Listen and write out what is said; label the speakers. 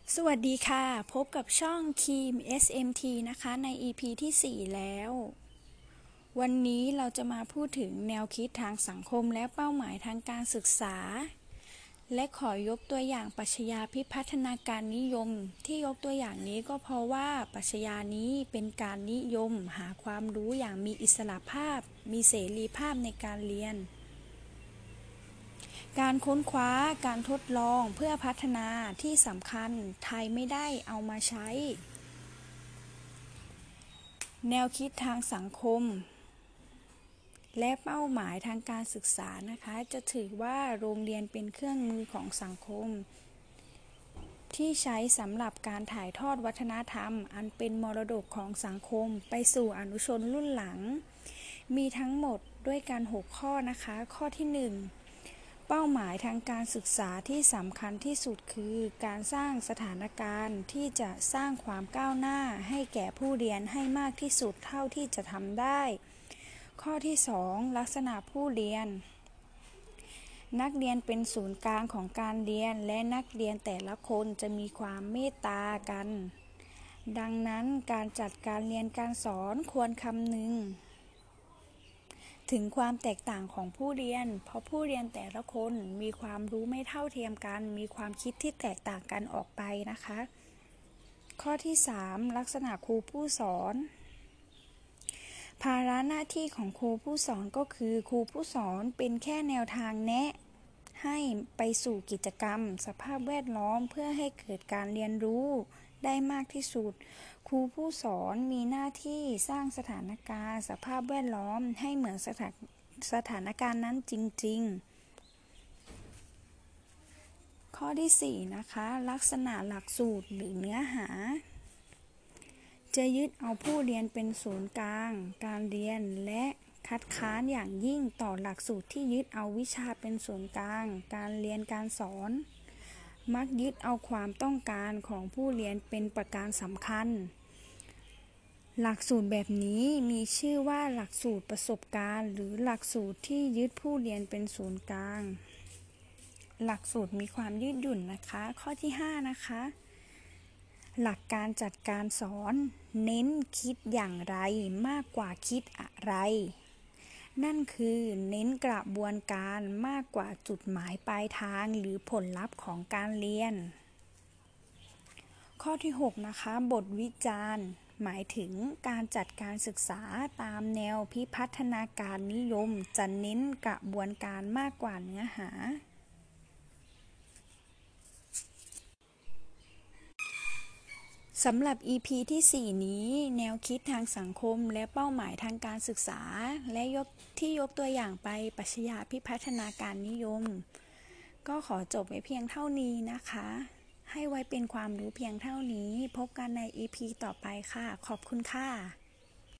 Speaker 1: สวัสดีค่ะพบกับช่องคีม SMT นะคะใน EP ที่ 4 แล้ววันนี้เราจะมาพูดถึงแนวคิดทางสังคมและเป้าหมายทางการศึกษาและขอยกตัวอย่างปรัชญาพิพัฒนาการนิยมที่ยกตัวอย่างนี้ก็เพราะว่าปรัชญานี้เป็นการนิยมหาความรู้อย่างมีอิสระภาพมีเสรีภาพในการเรียนการค้นคว้าการทดลองเพื่อพัฒนาที่สำคัญไทยไม่ได้เอามาใช้แนวคิดทางสังคมและเป้าหมายทางการศึกษานะคะจะถือว่าโรงเรียนเป็นเครื่องมือของสังคมที่ใช้สำหรับการถ่ายทอดวัฒนธรรมอันเป็นมรดกของสังคมไปสู่อนุชนรุ่นหลังมีทั้งหมดด้วยกัน6ข้อนะคะข้อที่1เป้าหมายทางการศึกษาที่สำคัญที่สุดคือการสร้างสถานการณ์ที่จะสร้างความก้าวหน้าให้แก่ผู้เรียนให้มากที่สุดเท่าที่จะทำได้ข้อที่2ลักษณะผู้เรียนนักเรียนเป็นศูนย์กลางของการเรียนและนักเรียนแต่ละคนจะมีความเมตตากันดังนั้นการจัดการเรียนการสอนควรคำนึงถึงความแตกต่างของผู้เรียนเพราะผู้เรียนแต่ละคนมีความรู้ไม่เท่าเทียมกันมีความคิดที่แตกต่างกันออกไปนะคะข้อที่3ลักษณะครูผู้สอนภาระหน้าที่ของครูผู้สอนก็คือครูผู้สอนเป็นแค่แนวทางแนะให้ไปสู่กิจกรรมสภาพแวดล้อมเพื่อให้เกิดการเรียนรู้ได้มากที่สุดครูผู้สอนมีหน้าที่สร้างสถานการณ์สภาพแวดล้อมให้เหมือนสถานการณ์นั้นจริงๆข้อที่4นะคะลักษณะหลักสูตรหรือเนื้อหาจะยึดเอาผู้เรียนเป็นศูนย์กลางการเรียนและคัดค้านอย่างยิ่งต่อหลักสูตรที่ยึดเอาวิชาเป็นศูนย์กลางการเรียนการสอนมักยึดเอาความต้องการของผู้เรียนเป็นประการสำคัญหลักสูตรแบบนี้มีชื่อว่าหลักสูตรประสบการณ์หรือหลักสูตรที่ยึดผู้เรียนเป็นศูนย์กลางหลักสูตรมีความยืดหยุ่นนะคะข้อที่5นะคะหลักการจัดการสอนเน้นคิดอย่างไรมากกว่าคิดอะไรนั่นคือเน้นกระบวนการมากกว่าจุดหมายปลายทางหรือผลลัพธ์ของการเรียนข้อที่6นะคะบทวิจารณ์หมายถึงการจัดการศึกษาตามแนวพิพัฒนาการนิยมจะเน้นกระบวนการมากกว่าเนื้อหาสำหรับ EP ที่ 4 นี้แนวคิดทางสังคมและเป้าหมายทางการศึกษาและยกตัวอย่างไปปรัชญาพิพัฒนาการนิยมก็ขอจบไว้เพียงเท่านี้นะคะให้ไว้เป็นความรู้เพียงเท่านี้พบกันใน EP ต่อไปค่ะขอบคุณค่ะ